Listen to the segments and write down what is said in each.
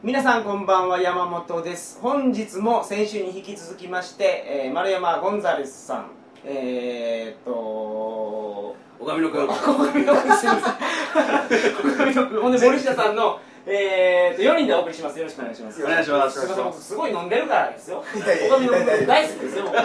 皆さんこんばんは、山本です。本日も先週に引き続きまして、丸山ゴンザレスさん、 おかみのくん、 すいませんほんで森下さんの、4人でお送りします。よろしくお願いします。 お願いします。 すいません、僕すごい飲んでるからですよ。おかみのくん大好きですよ、僕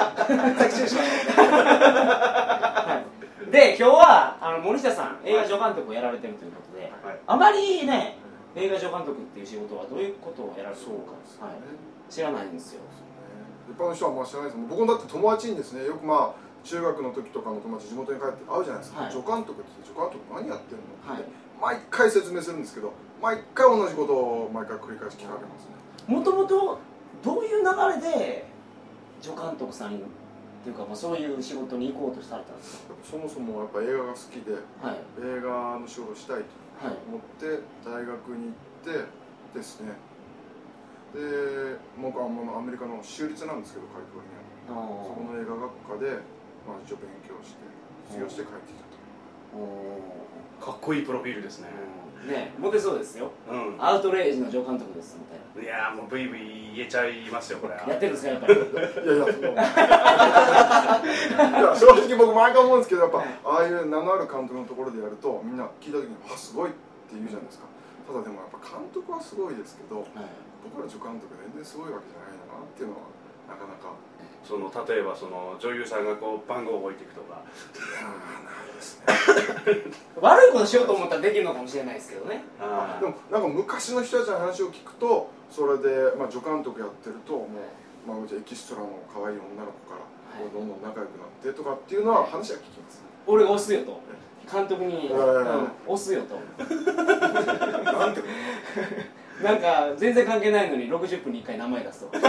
で、今日は森下さん、映画助監督をやられてるということで、あまりね、映画助監督っていう仕事はどういうことをやられてるのか、知らないんですよ。 一般の人はあんま知らないです。僕もだって友達にですね、よく中学の時とかの友達地元に帰って会うじゃないですか、助監督って助監督何やってんのって、毎回説明するんですけど、毎回同じことを毎回繰り返し聞かれますね。 もともとどういう流れで助監督さんっていうか、そういう仕事に行こうとされたんですか？ そもそもやっぱ映画が好きで、映画の仕事をしたいと思って大学に行ってですね、で僕はアメリカの州立なんですけど、カリフォルニアのそこの映画学科で、一応勉強して卒業して帰ってきたと。 かっこいいプロフィールですね。 ね、モテそうですよ。アウトレイジの助監督ですみたいな。 いやもうブイブイ言えちゃいますよこれ。 やってるんですかやっぱり。いや正直僕毎回思うんですけど、やっぱああいう名のある監督のところでやるとみんな聞いた時に「すごい」って言うじゃないですか。ただでもやっぱ監督はすごいですけど、僕ら助監督全然すごいわけじゃないのかなっていうのはなかなか。 例えば女優さんがこう番号を置いていくとか。 ないですね。 悪いことしようと思ったらできるのかもしれないですけどね。 でもなんか昔の人たちの話を聞くと、それで助監督やってるともうエキストラの可愛い女の子からどんどん仲良くなってとかっていうのは話は聞きます。 俺が押すよと。監督に押すよと。 なんてなんか全然関係ないのに60分に1回名前出すと。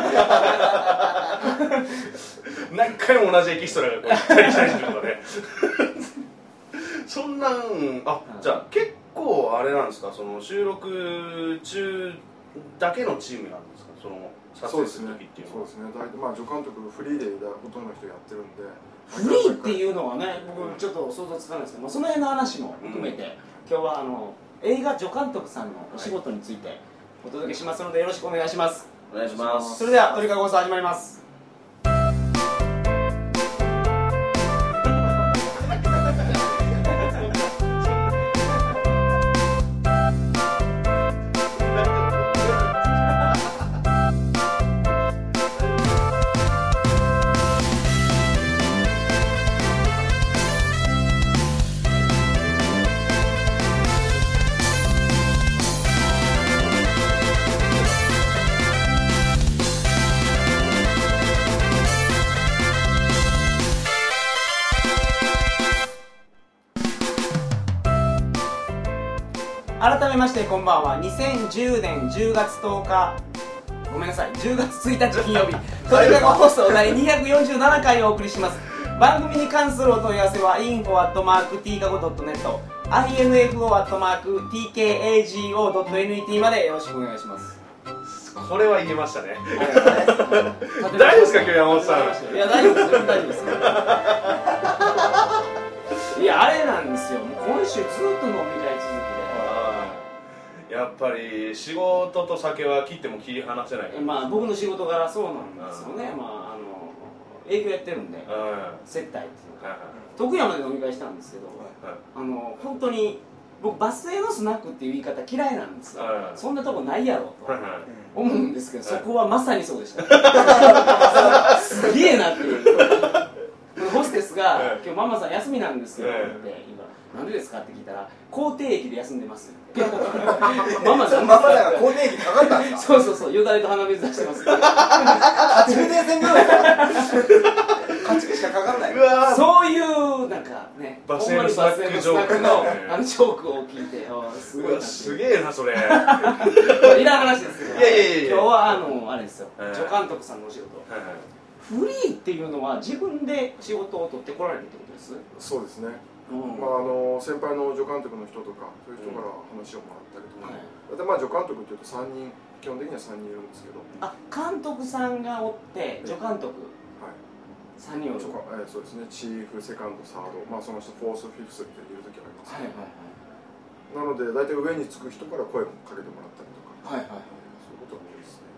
何回も同じエキストラがこう行ったり来たりするとかね。そんなんじゃあ結構あれなんですか、収録中だけのチームなんですか、撮影する時っていうのは。 そうですね。大体助監督フリーでほとんどの人やってるんで。 フリーっていうのはね、僕ちょっと想像つかないですけど、その辺の話も含めて、今日は映画助監督さんのお仕事についてお届けしますので、よろしくお願いします。 お願いします。 それでは鳥かご放送始まります。改めましてこんばんは。2010年10月10日、ごめんなさい、10月1日金曜日、鳥かご放送第247回をお送りします。番組に関するお問い合わせは info@tkago.net、 info@tkago.net までよろしくお願いします。 これは言えましたね。大丈夫ですか今日山本さん。 いや大丈夫ですよ、大丈夫ですよ。いやあれなんですよ、もう今週ずっと飲み会続きで。 やっぱり仕事と酒は切っても切り離せない。 僕の仕事柄そうなんですよね。営業やってるんで、接待っていうか徳山で飲み会したんですけど、本当に僕バス停のスナックっていう言い方嫌いなんですよ。そんなとこないやろと思うんですけど、そこはまさにそうでした。すげえなっていう。ホステスが「今日ママさん休みなんですよ」って言うから「なんでですか?」って聞いたら「口蹄疫で休んでます」って。ママだから口蹄疫かかったんですか？ そうよだれと鼻水出してます。 家畜伝染病家畜しかかかんない。 そういうなんかね、 バス停のスナックジョークのジョークを聞いて、 すげえなそれ。 いらん話ですけど、今日はあれですよ、助監督さんのお仕事。フリーっていうのは自分で仕事を取ってこられるってことです？ そうですね。先輩の助監督の人とかそういう人から話をもらったりとか、助監督っていうと3人、基本的には3人いるんですけど、 監督さんがおって助監督3人おる。 そうですね。チーフ、セカンド、サード、その人フォース、フィフスっている時があります。なので大体上につく人から声をかけてもらったりとか、 はいはいはい、 そういうことが多いですね。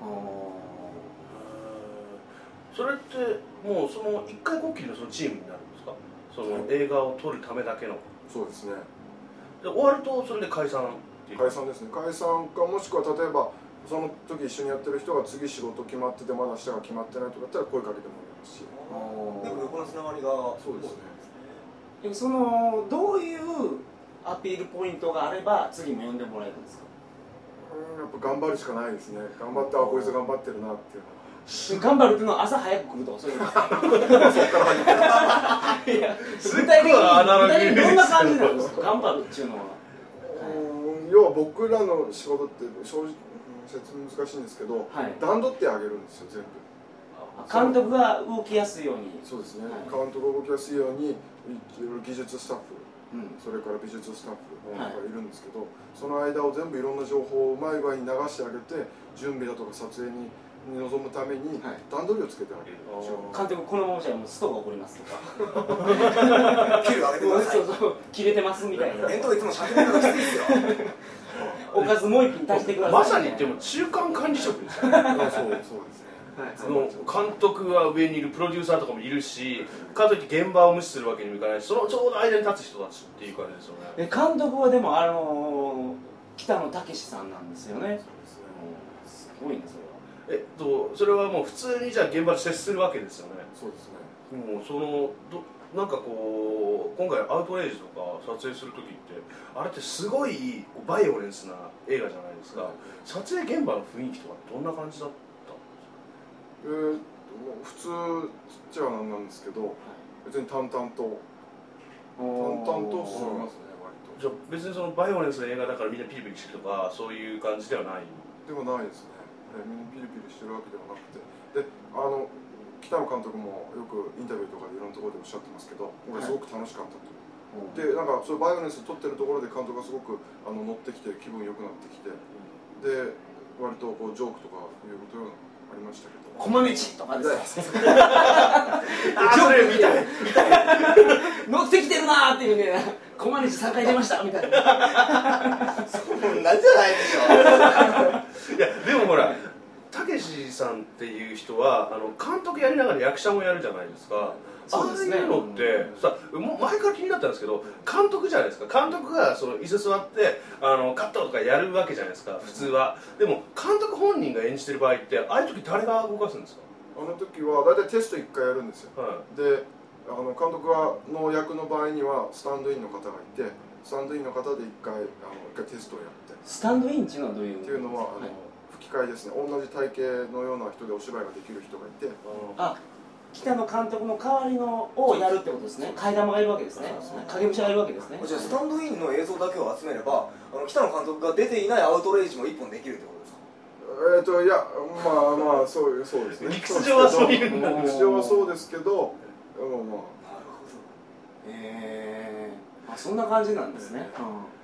それってもうその一回こっきりのそのチームになるんですか？その映画を撮るためだけの。 そうですね。 で終わるとそれで解散っていう。 解散ですね。解散か、もしくは例えばその時一緒にやってる人が次仕事決まっててまだ下が決まってないとかだったら声かけてもらいますし。 でも横のつながりが。 そうですね。 そのどういうアピールポイントがあれば次も呼んでもらえるんですか？ やっぱ頑張るしかないですね。頑張って、あ、こいつ頑張ってるなっていうのは。 頑張るっていうのは朝早く来るとかそういうことですか？ そっから入ってる。 いや、具体的にどんな感じなんですか？頑張るっていうのは。 要は僕らの仕事って正直説明難しいんですけど、段取ってあげるんですよ、全部。 監督が動きやすいように。 そうですね、監督が動きやすいように技術スタッフ、それから美術スタッフがいるんですけど、その間を全部いろんな情報をうまい具合に流してあげて、準備だとか撮影に臨むために段取りをつけてあげる。 監督このままじゃもうストが起こりますとか切る上げてください、 そうそう切れてますみたいな。 弁当いつも100円がきついですよ。 おかずもう一品足してください。 まさに言っても中間管理職ですよね。 そうですね。 監督は上にいる、プロデューサーとかもいるし、かといって現場を無視するわけにもいかないし、そのちょうど間に立つ人たちっていう感じですよね。 監督はでも北野武さんなんですよね。すごいねそれは。 それはもう普通にじゃあ現場で接するわけですよね。 そうですね。 もうそのなんかこう今回アウトレイジとか撮影する時ってあれってすごいバイオレンスな映画じゃないですか。撮影現場の雰囲気とかどんな感じだったんですか？ 普通じゃなんですけど、別に淡々と進みますね、割と。 じゃあ別にそのバイオレンスの映画だからみんなピリピリしてるとかそういう感じではない？ ではないですね。みんなピリピリしてるわけではなくて、で北野監督もよくインタビューとかでいろんなところでおっしゃってますけど、俺すごく楽しかったと。でなんかそういうバイオレンスを撮ってるところで監督がすごく乗ってきて気分良くなってきて、で割とこうジョークとかいうことがありましたけど。 コマネチとかですか？ それ見たい乗ってきてるなーっていうね、コマネチ3回出ましたみたいな。 そんなんじゃないでしょ。 いやでもほらたけしさんっていう人は監督やりながら役者もやるじゃないですか。ああいうのってさ、前から気になったんですけど、監督じゃないですか。監督がその椅子座ってカットとかやるわけじゃないですか普通は。でも監督本人が演じてる場合ってああいう時誰が動かすんですか？ あの時は大体テスト1回やるんですよ。で監督の役の場合にはスタンドインの方がいて、スタンドインの方で1回テストをやって。 スタンドインっていうのはどういう？ っていうのは吹き替えですね。同じ体型のような人でお芝居ができる人がいて、 北野監督の代わりのをやるってことですね。替え玉がいるわけですね。影武者がいるわけですね。 じゃあスタンドインの映像だけを集めれば北野監督が出ていないアウトレイジも1本できるってことですか？ いやまあそうですね。 理屈上はそういう理屈上はそうですけど、 なるほど。そんな感じなんですね。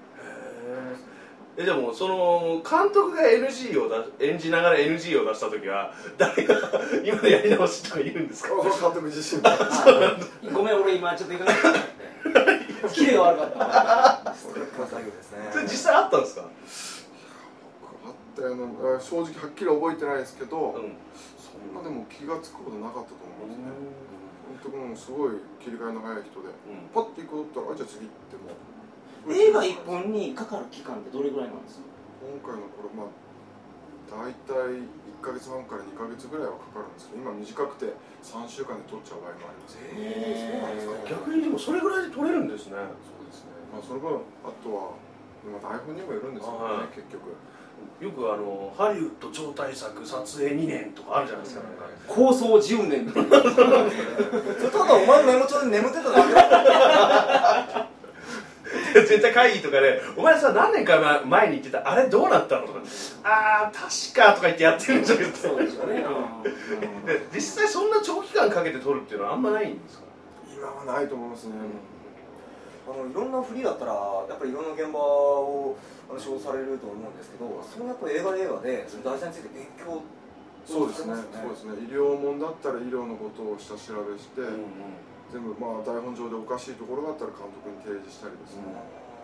でもその監督が NG を演じながら NG を出した時は誰が今のやり直しとか言うんですか？ 監督自身ごめん俺今ちょっといかなかったキレが悪かったそれが作業ですね。 それ実際あったんですか？ あったような、正直はっきり覚えてないですけど、そんなでも気が付くことなかったと思うんですね。監督もすごい切り替えの早い人で、パッていくことったらじゃあ次行っても。 映画1本にかかる期間ってどれぐらいなんですか？ 今回のこれ大体1ヶ月半から2ヶ月ぐらいはかかるんですけど、今短くて3週間で撮っちゃう場合もあります。 そうなんですか。 逆にでもそれぐらいで撮れるんですね。 そうですね。その分あとは台本にもよるんですよね、結局。 よくハリウッド超大作撮影2年とかあるじゃないですか。 構想10年みたいな。 それただお前のメモ帳で眠ってただけだ。 絶対会議とかで「お前さ何年か前に言ってたあれどうなったの?」とか「ああ確か」とか言ってやってるんじゃないですか。 そうでしょうね。 実際そんな長期間かけて撮るっていうのはあんまないんですか？ 今はないと思いますね。 いろんなフリーだったらやっぱりいろんな現場を仕事されると思うんですけど、そのやっぱり映画でその題材について勉強そうですね。医療もんだったら医療のことを下調べして、全部台本上でおかしいところがあったら監督に提示したりですね。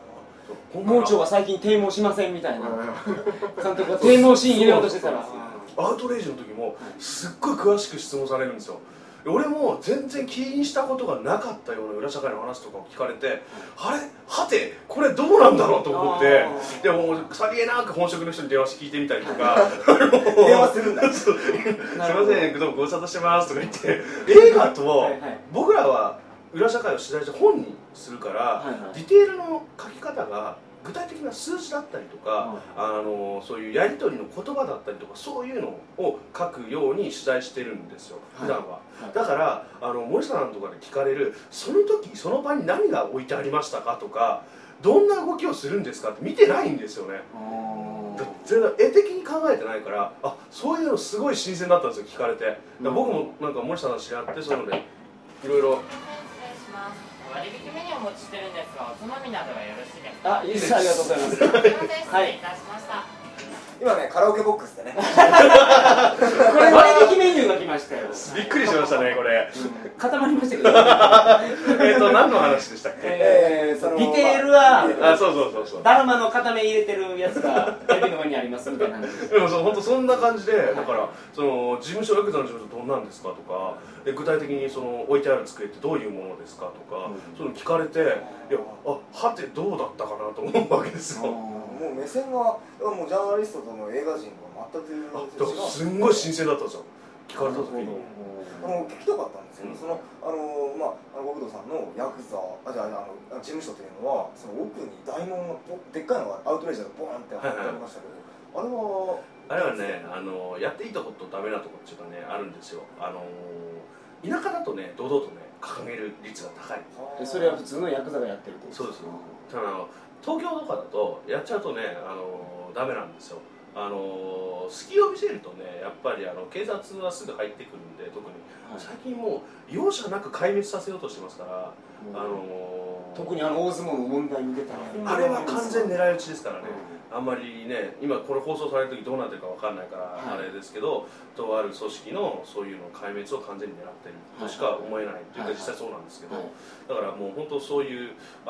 盲腸は最近低毛しませんみたいな監督が低毛シーン入れようとしてたらアウトレイジの時もすっごい詳しく質問されるんですよ。俺も全然気にしたことがなかったような裏社会の話とかを聞かれて、あれはてこれどうなんだろうと思って、でもさりげなく本職の人に電話して聞いてみたりとか電話するんだすいませんどうもご無沙汰してますとか言って、映画と僕らは裏社会を取材して本にするから、ディテールの書き方が具体的な数字だったりとか、そういうやり取りの言葉だったりとか、そういうのを書くように取材してるんですよ普段は。だから森さんとかで聞かれるその時その場に何が置いてありましたかとか、どんな動きをするんですかって見てないんですよね。全然絵的に考えてないから、そういうのすごい新鮮だったんですよ聞かれて。僕もなんか森さんと知り合ってそういうのでいろいろ。 割引メニューをお持ちしてるんですが、おつまみなどはよろしいですか？ いいです。ありがとうございます。 すみません、失礼いたしました。 今ね、カラオケボックスでねこれ割引メニューが来ましたよ。 びっくりしましたねこれ。 固まりましたけど何の話でしたっけ？ ディテールはそうだるまの片目入れてるやつがテレビの上にありますみたいな話。 でも本当そんな感じで、だからその事務所ヤクザの事務所どんなんですかとか、具体的にその置いてある机ってどういうものですかとか、そういうの聞かれて、いやはてどうだったかなと思うわけですよ。 もう目線がもうジャーナリストとの映画人が全く違う。 すんごい新鮮だったんですよ聞かれた時に。 聞きたかったんですけど、その極道さんのヤクザ事務所というのはその奥に大門がでっかいのがアウトレイジでボーンってありましたけど、あれはねやっていいとことダメなとこっていうかねあるんですよ。田舎だとね堂々とね掲げる率が高い。 それは普通のヤクザがやってるってことですか？ そうです。ただ東京とかだとやっちゃうとねダメなんですよ。隙を見せるとねやっぱり警察はすぐ入ってくるんで、特に最近もう容赦なく壊滅させようとしてますから、 特に大相撲の問題に出たらあれは完全狙い撃ちですからね。あんまりね今これ放送される時どうなってるかわかんないからあれですけど、とある組織のそういうの壊滅を完全に狙ってるとしか思えないというか、実際そうなんですけど、だからもう本当そういう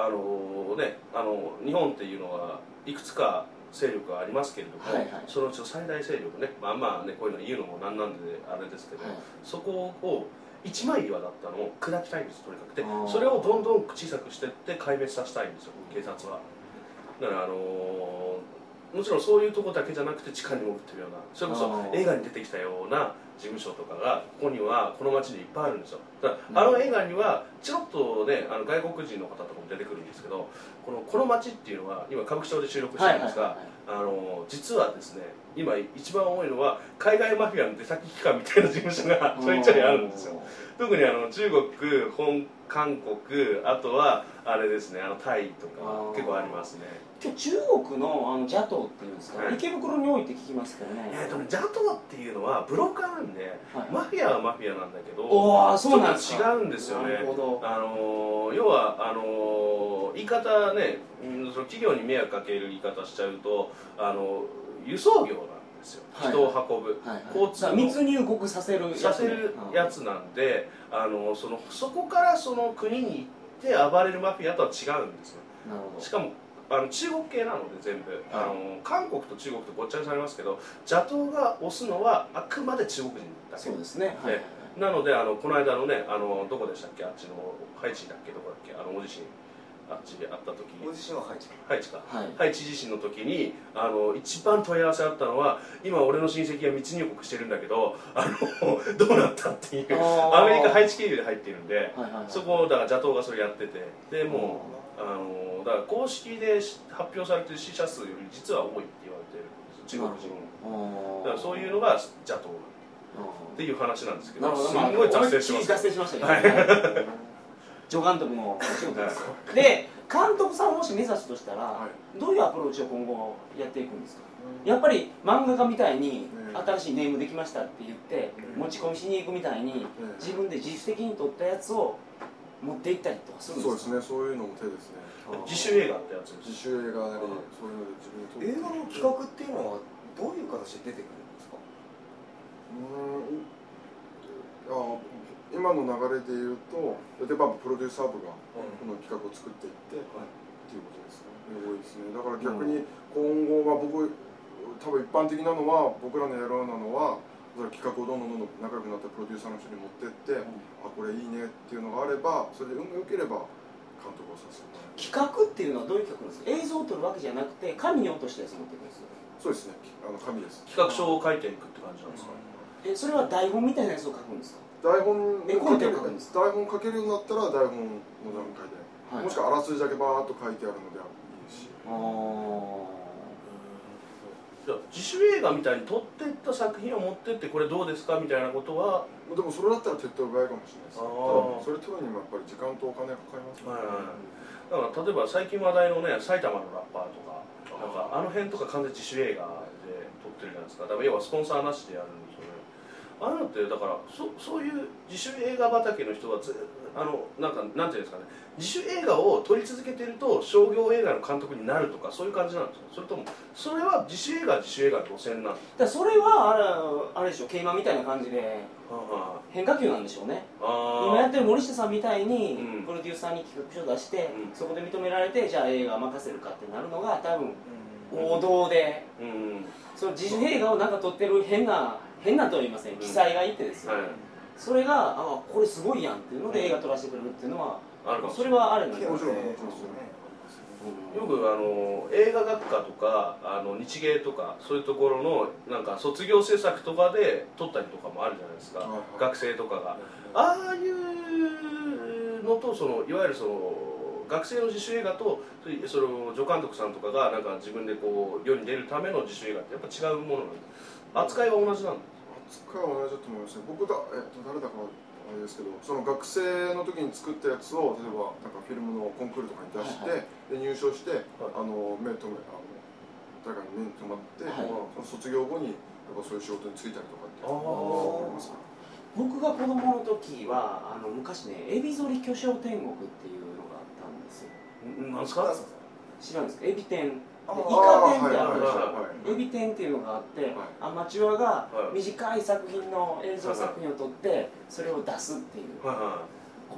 日本っていうのはいくつか勢力がありますけれども、そのうちの最大勢力ね、こういうの言うのもなんなんであれですけど、そこを一枚岩だったのを砕きたいんですとにかく。でそれをどんどん小さくしていって壊滅させたいんですよ警察は。だからもちろんそういうところだけじゃなくて地下に潜ってるような、それこそ映画に出てきたような事務所とかがここにはこの町にいっぱいあるんですよ。だから映画にはちょっとね外国人の方とかも出てくるんですけど、この町っていうのは今歌舞伎町で収録してるんですが、実はですね今一番多いのは海外マフィアの出先機関みたいな事務所がちょいちょいあるんですよ。特に中国、韓国、あとはあれですねタイとか結構ありますね。 今日中国のジャトーっていうんですか、池袋に多いって聞きますけどね。 ジャトーっていうのはブローカーなんで、マフィアはマフィアなんだけど、 そうなんですか。 違うんですよね。要は言い方ね、企業に迷惑かける言い方しちゃうと輸送業なんですよ。人を運ぶ、交通の密入国させるやつなんで、そこからその国に行って暴れるマフィアとは違うんですよ。しかも中国系なので全部、韓国と中国とごっちゃにされますけど、邪党が推すのはあくまで中国人だけ。 そうですね。 なのでこの間のねどこでしたっけ、あっちのハイチだっけ、どこだっけ、大地震あっちであった時、 大地震はハイチか、ハイチ地震の時に一番問い合わせあったのは、今俺の親戚が密入国してるんだけどどうなったっていう、アメリカハイチ経由で入っているんで、そこだから邪党がそれやってて、でもうだから公式で発表されてる死者数より実は多いって言われてるんです、中国人。だからそういうのが邪党っていう話なんですけど、すごい脱線しました。 脱線しましたね。助監督の仕事ですよ。で監督さんをもし目指すとしたら、どういうアプローチを今後やっていくんですか？やっぱり漫画家みたいに新しいネームできましたって言って持ち込みしに行くみたいに、自分で自主的に撮ったやつを持っていったりとかするんですか？ そうですね、そういうのも手ですね。 自主映画ってやつです。 自主映画なり、そういうので自分で映画の企画っていうのはどういう形で出てくるんですか？ 今の流れでいうと、例えばプロデューサー部がこの企画を作っていって、 っていうことですね。多いですね。だから逆に今後は僕多分一般的なのは僕らのやろうなのは企画をどんどん仲良くなったプロデューサーの人に持ってって、あこれいいねっていうのがあればそれで運が良ければ監督をさせてもらう。 企画っていうのはどういう企画なんですか？映像を撮るわけじゃなくて紙に落としたやつ持ってくるんですよ。 そうですね。紙です。 企画書を書いていくって感じなんですか？ それは台本みたいなやつを書くんですか？ 台本書けるようになったら台本の段階で、もしくはあらすじだけバーッと書いてあるのでいいし。 じゃあ自主映画みたいに撮っていった作品を持ってってこれどうですかみたいなことは。 でもそれだったら手っ取り早いかもしれないです。それ取るにもやっぱり時間とお金がかかりますね。 だから例えば最近話題のね埼玉のラッパーとかなんかあの辺とか完全自主映画で撮ってるじゃないですか。だから要はスポンサーなしでやるんですよね。ああいうのってだからそういう自主映画畑の人はなんていうんですかね、自主映画を撮り続けてると商業映画の監督になるとかそういう感じなんですか？それともそれは自主映画の路線なんですか？ だからそれはあれでしょ、ケイマみたいな感じで変化球なんでしょうね。今やってる森下さんみたいにプロデューサーに企画書を出して、そこで認められてじゃあ映画任せるかってなるのが多分王道で、その自主映画をなんか撮ってる変なとは言いません、記載がいてですよね、それがこれすごいやんっていうので映画撮らせてくれるっていうのはそれはあれなんですよね。 よく映画学科とか日芸とかそういうところのなんか卒業制作とかで撮ったりとかもあるじゃないですか、学生とかが。ああいうのといわゆる学生の自主映画とそれを助監督さんとかがなんか自分でこう世に出るための自主映画ってやっぱ違うものなんです。扱いは同じなんですか？ 扱いは同じだと思いますね。僕誰だかあれですけど、その学生の時に作ったやつを例えばなんかフィルムのコンクールとかに出して、で入賞して、誰かに目に留まって、その卒業後にやっぱそういう仕事に就いたりとかっていうのがありますから。 僕が子供の時は昔ね、エビ反り巨匠天国っていうのがあったんですよ。 なんですか？ 知らないですか？エビ天、イカ天ってあるでしょ。エビ天っていうのがあって、アマチュアが短い作品の映像作品を撮ってそれを出すっていう、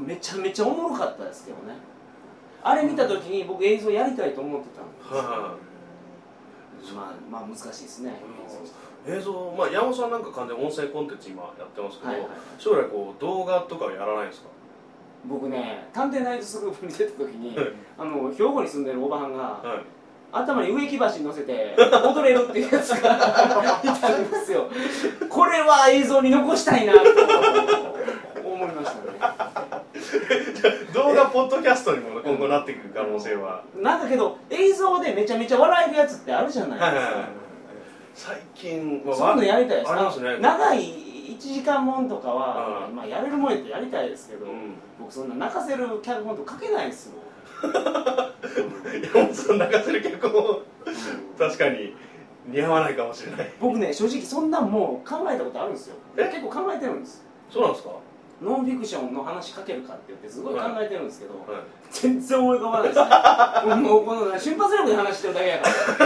めちゃめちゃおもろかったですけどね。あれ見た時に僕映像やりたいと思ってたんです。まあ難しいですね。 映像、山本さんなんか完全に音声コンテンツ今やってますけど、将来こう動画とかはやらないですか？ 僕ね、探偵ナイトスクープに出た時に兵庫に住んでるおばはんが、頭に植木鉢に乗せて踊れるっていうやつがいたんですよ。これは映像に残したいなと思いましたね。 動画ポッドキャストにも今後なってくる可能性はなんだけど、映像でめちゃめちゃ笑えるやつってあるじゃないですか。 最近はそういうのやりたいです。 ありますね。 長い1時間もんとかはやれるもんやってやりたいですけど、僕そんな泣かせる脚本とか書けないですよ。 山本さん泣かせる脚本確かに似合わないかもしれない。 僕ね、正直そんなんもう考えたことあるんですよ。結構考えてるんです。 そうなんですか？ ノンフィクションの話書けるかって言ってすごい考えてるんですけど、全然思い浮かばないですね。もうこの瞬発力で話してるだけや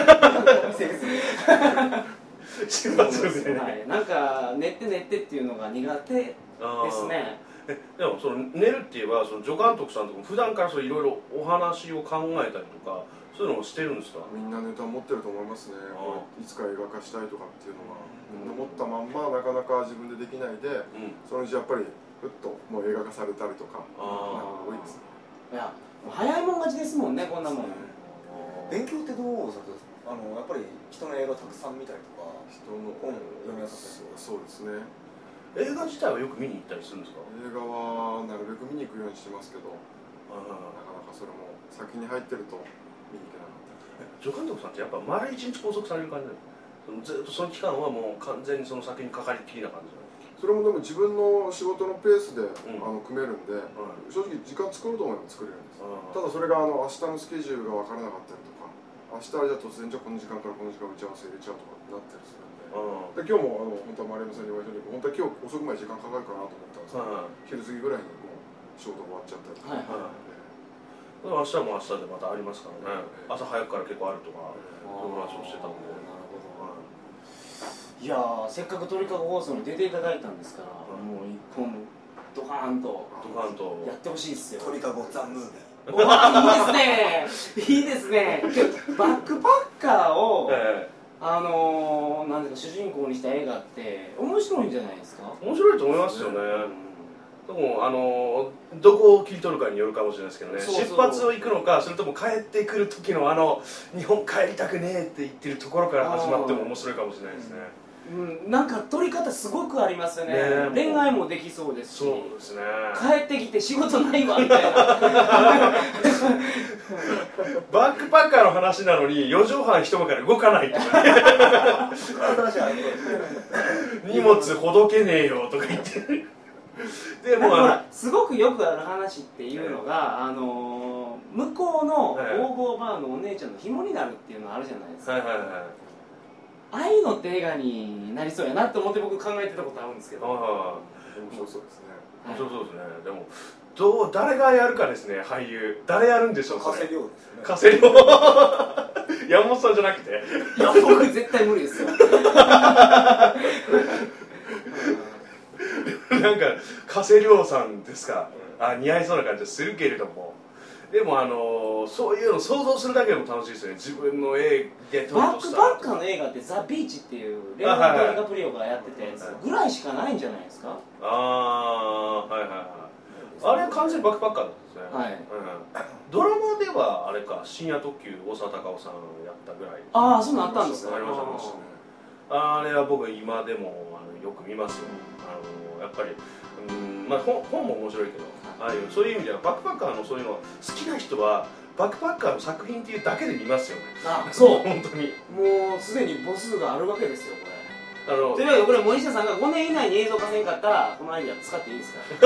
から瞬発力でね、なんか練ってっていうのが苦手ですね。 でも寝るって言えば助監督さんとかも普段からいろいろお話を考えたりとかそういうのをしてるんですか？ みんなネタ持ってると思いますね。いつか映画化したいとかっていうのはみんな持ったまんまなかなか自分でできないで、そのうちやっぱりふっともう映画化されたりとか多いですね。 いや、早いもん勝ちですもんね、こんなもん。 勉強ってどうされてるんですか？やっぱり人の映画たくさん見たりとか人の本読みやすかったり。 そうですね。 映画自体はよく見に行ったりするんですか？ 映画はなるべく見に行くようにしてますけど、なかなかそれも先に入ってると見に行けなかったり。 助監督さんってやっぱ丸一日拘束される感じなんですか？ずっとその期間はもう完全にその作品にかかりきりな感じなんですか？ それもでも自分の仕事のペースで組めるんで、正直時間作ろうと思えば作れるんです。ただそれが明日のスケジュールが分からなかったりとか、明日はじゃあ突然じゃあこの時間からこの時間打ち合わせ入れちゃうとかなったりするんで、で今日も本当は丸山さんに言われたように本当は今日遅くまで時間かかるかなと思ったんですけど、昼過ぎぐらいにもう仕事終わっちゃったりとか。 明日も明日でまたありますからね。朝早くから結構あるとかそういう話をしてたんで。 いやー、せっかく鳥かご放送に出ていただいたんですから、もう一本ドカーンとやってほしいですよ。 鳥かごザ・ムービー。 わいいですねバックパッカーを、なんですか主人公にした映画って面白いんじゃないですか。 面白いと思いますよね。でもどこを切り取るかによるかもしれないですけどね。出発を行くのか、それとも帰ってくる時の日本帰りたくねえって言ってるところから始まっても面白いかもしれないですね。 なんか撮り方すごくありますよね。恋愛もできそうですし、 そうですね、 帰ってきて仕事ないわみたいなバックパッカーの話なのに4畳半一間から動かないとかね荷物ほどけねえよとか言ってでもすごくよくある話っていうのが、向こうのオーボーバーのお姉ちゃんの紐になるっていうのあるじゃないですか。ああいうのって映画になりそうやなって思って僕考えてたことあるんですけど。 面白そうですね。 面白そうですね。でも誰がやるかですね。俳優誰やるんでしょう。 加瀬亮ですね。 加瀬亮山本さんじゃなくて。 いや僕絶対無理ですよなんか加瀬亮さんですか、似合いそうな感じがするけれども、でもそういうの想像するだけでも楽しいですよね。自分の映画でバックパッカーの映画ってザ・ビーチっていうレオナルド・ディカプリオがやってたやつぐらいしかないんじゃないですか。 あれは完全にバックパッカーだったんですね。ドラマではあれか、深夜特急大沢たかおさんやったぐらい。 ああ、そうなったんですか。 ありましたね。あれは僕今でもよく見ますよ。やっぱり本も面白いけど、そういう意味ではバックパッカーのそういうの好きな人はバックパッカーの作品っていうだけで見ますよね。 そう本当にもうすでに母数があるわけですよこれ。というわけでこれ森下さんが5年以内に映像化せんかったらこのアイディア使っていいですか5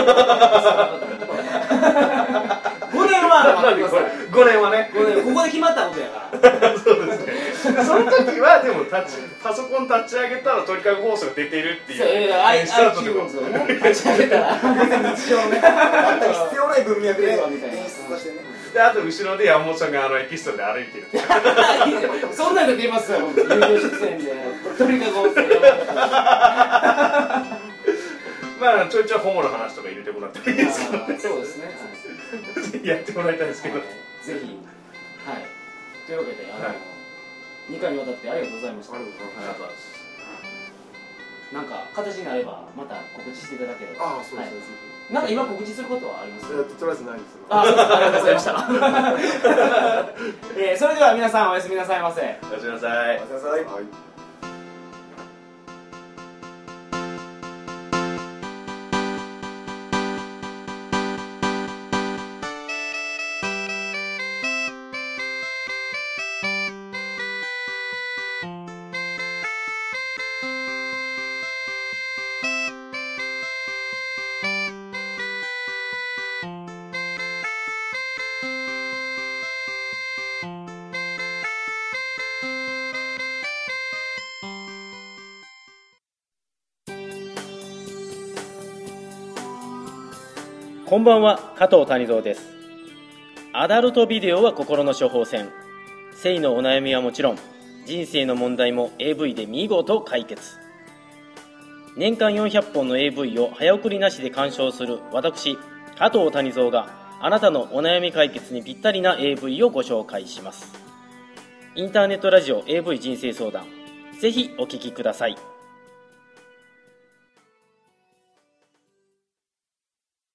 年は待ってください。 5年はね、 ここで決まったことやからそうですね。その時はでもパソコン立ち上げたら鳥かご放送が出てるっていう iTunes をね立ち上げたら日常ね必要ない文脈で演出としてね。 であと後ろで山本さんがエキストラで歩いてるそんなの出ますよ。有料出演で鳥かご放送ちょいちょいホモの話とか入れてもらってもいいですか。 そうですねやってもらいたいですけど、 ぜひ。はいというわけで2回にわたってありがとうございました。 ありがとうございます。 なんか形になればまた告知していただければ。 ああそうですね。 なんか今告知することはあります？ とりあえずないです。 ありがとうございましたそれでは皆さんおやすみなさいませ。 おやすみなさい。 おやすみなさい。 こんばんは、加藤谷蔵です。アダルトビデオは心の処方箋。性のお悩みはもちろん、人生の問題も AV で見事解決。年間400本の AV を早送りなしで鑑賞する私、加藤谷蔵があなたのお悩み解決にぴったりな AV をご紹介します。インターネットラジオ AV 人生相談、ぜひお聞きください。